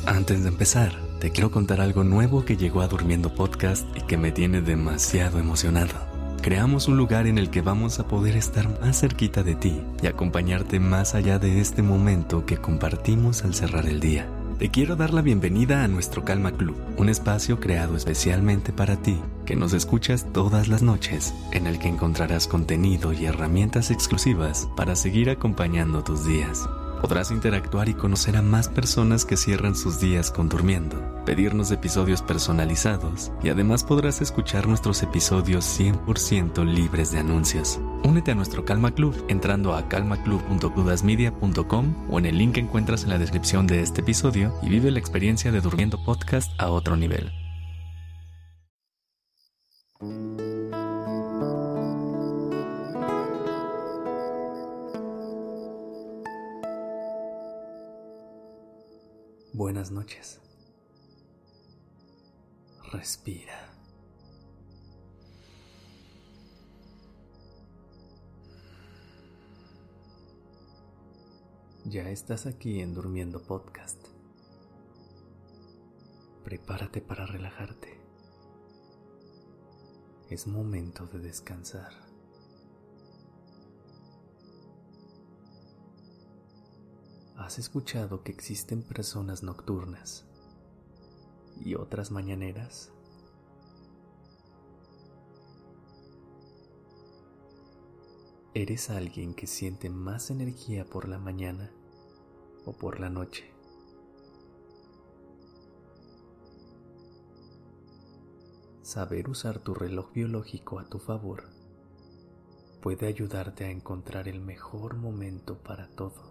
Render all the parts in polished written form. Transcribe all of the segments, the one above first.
Antes de empezar, te quiero contar algo nuevo que llegó a Durmiendo Podcast y que me tiene demasiado emocionado. Creamos un lugar en el que vamos a poder estar más cerquita de ti y acompañarte más allá de este momento que compartimos al cerrar el día. Te quiero dar la bienvenida a nuestro Calma Club, un espacio creado especialmente para ti, que nos escuchas todas las noches, en el que encontrarás contenido y herramientas exclusivas para seguir acompañando tus días. Podrás interactuar y conocer a más personas que cierran sus días con Durmiendo, pedirnos episodios personalizados y además podrás escuchar nuestros episodios 100% libres de anuncios. Únete a nuestro Calma Club entrando a calmaclub.cudasmedia.com o en el link que encuentras en la descripción de este episodio y vive la experiencia de Durmiendo Podcast a otro nivel. Buenas noches. Respira. Ya estás aquí en Durmiendo Podcast. Prepárate para relajarte. Es momento de descansar. ¿Has escuchado que existen personas nocturnas y otras mañaneras? ¿Eres alguien que siente más energía por la mañana o por la noche? Saber usar tu reloj biológico a tu favor puede ayudarte a encontrar el mejor momento para todo.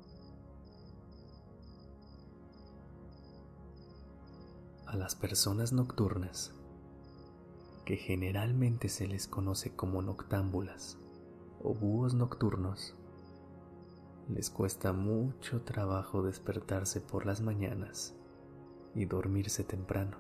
A las personas nocturnas, que generalmente se les conoce como noctámbulas o búhos nocturnos, les cuesta mucho trabajo despertarse por las mañanas y dormirse temprano.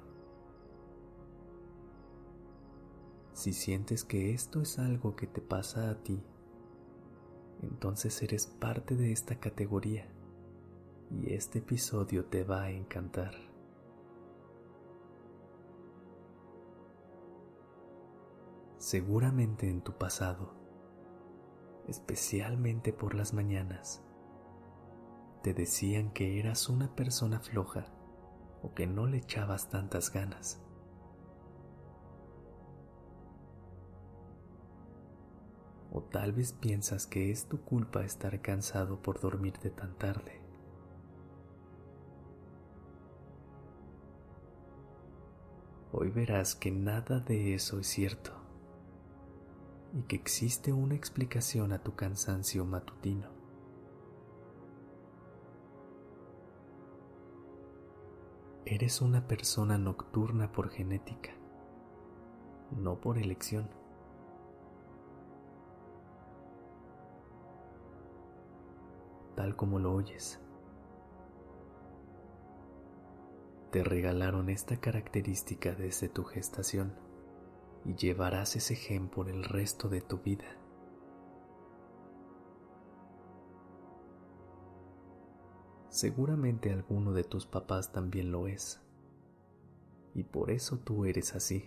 Si sientes que esto es algo que te pasa a ti, entonces eres parte de esta categoría y este episodio te va a encantar. Seguramente en tu pasado, especialmente por las mañanas, te decían que eras una persona floja o que no le echabas tantas ganas. O tal vez piensas que es tu culpa estar cansado por dormirte tan tarde. Hoy verás que nada de eso es cierto y que existe una explicación a tu cansancio matutino. Eres una persona nocturna por genética, no por elección. Tal como lo oyes. Te regalaron esta característica desde tu gestación y llevarás ese gen por el resto de tu vida. Seguramente alguno de tus papás también lo es, y por eso tú eres así.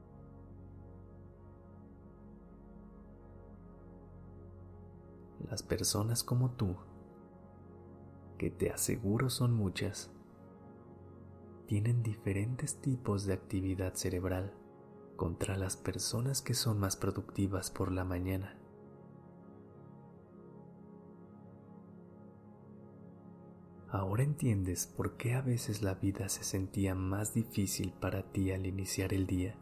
Las personas como tú, que te aseguro son muchas, tienen diferentes tipos de actividad cerebral contra las personas que son más productivas por la mañana. Ahora entiendes por qué a veces la vida se sentía más difícil para ti al iniciar el día.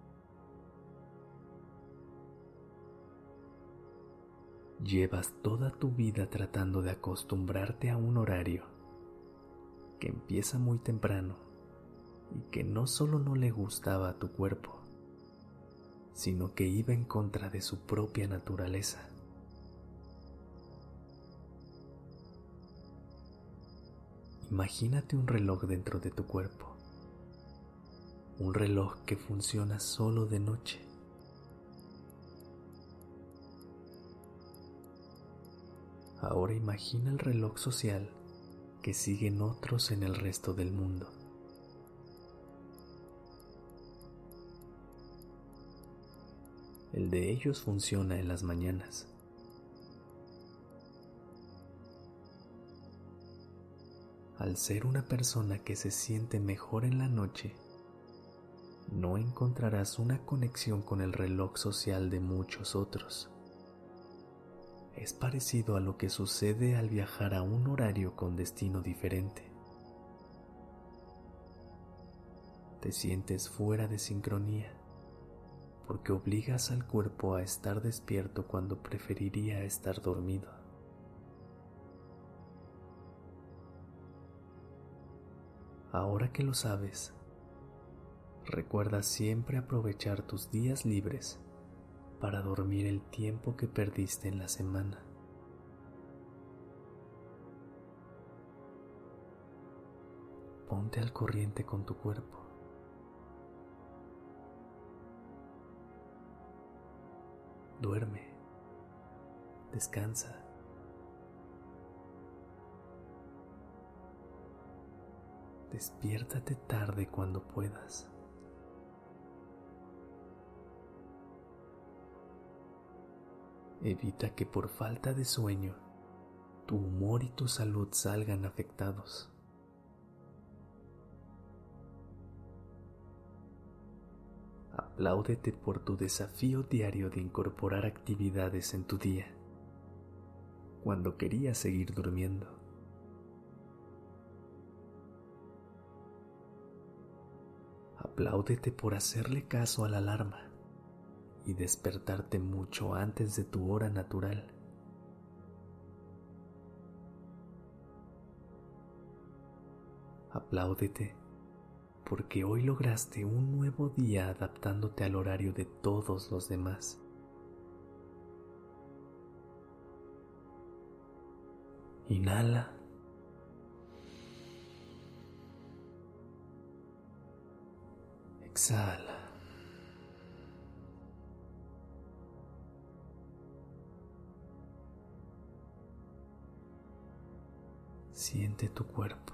Llevas toda tu vida tratando de acostumbrarte a un horario que empieza muy temprano y que no solo no le gustaba a tu cuerpo, sino que iba en contra de su propia naturaleza. Imagínate un reloj dentro de tu cuerpo, un reloj que funciona solo de noche. Ahora imagina el reloj social que siguen otros en el resto del mundo. El de ellos funciona en las mañanas. Al ser una persona que se siente mejor en la noche, no encontrarás una conexión con el reloj social de muchos otros. Es parecido a lo que sucede al viajar a un horario con destino diferente. Te sientes fuera de sincronía porque obligas al cuerpo a estar despierto cuando preferiría estar dormido. Ahora que lo sabes, recuerda siempre aprovechar tus días libres para dormir el tiempo que perdiste en la semana. Ponte al corriente con tu cuerpo. Duerme, descansa. Despiértate tarde cuando puedas. Evita que por falta de sueño tu humor y tu salud salgan afectados. Apláudete por tu desafío diario de incorporar actividades en tu día, cuando querías seguir durmiendo. Apláudete por hacerle caso a la alarma y despertarte mucho antes de tu hora natural. Apláudete porque hoy lograste un nuevo día adaptándote al horario de todos los demás. Inhala. Exhala. Siente tu cuerpo.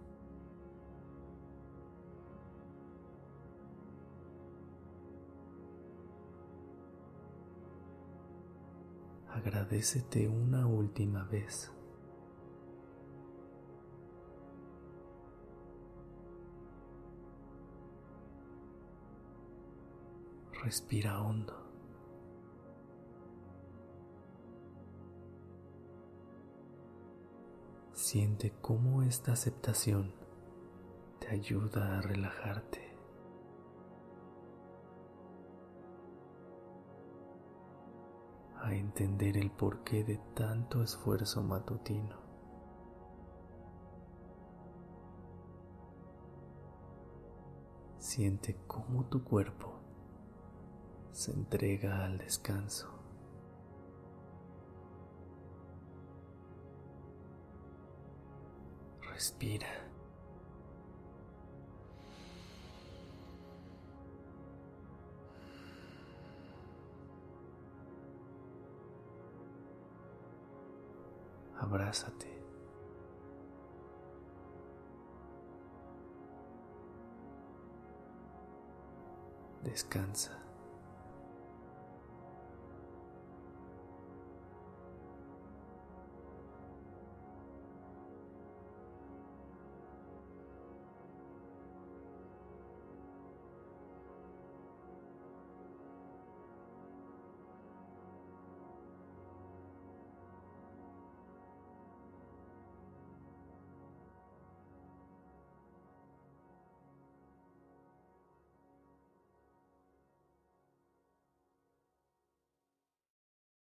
Agradécete una última vez. Respira hondo. Siente cómo esta aceptación te ayuda a relajarte. A entender el porqué de tanto esfuerzo matutino. Siente cómo tu cuerpo se entrega al descanso. Respira. Abrázate. Descansa.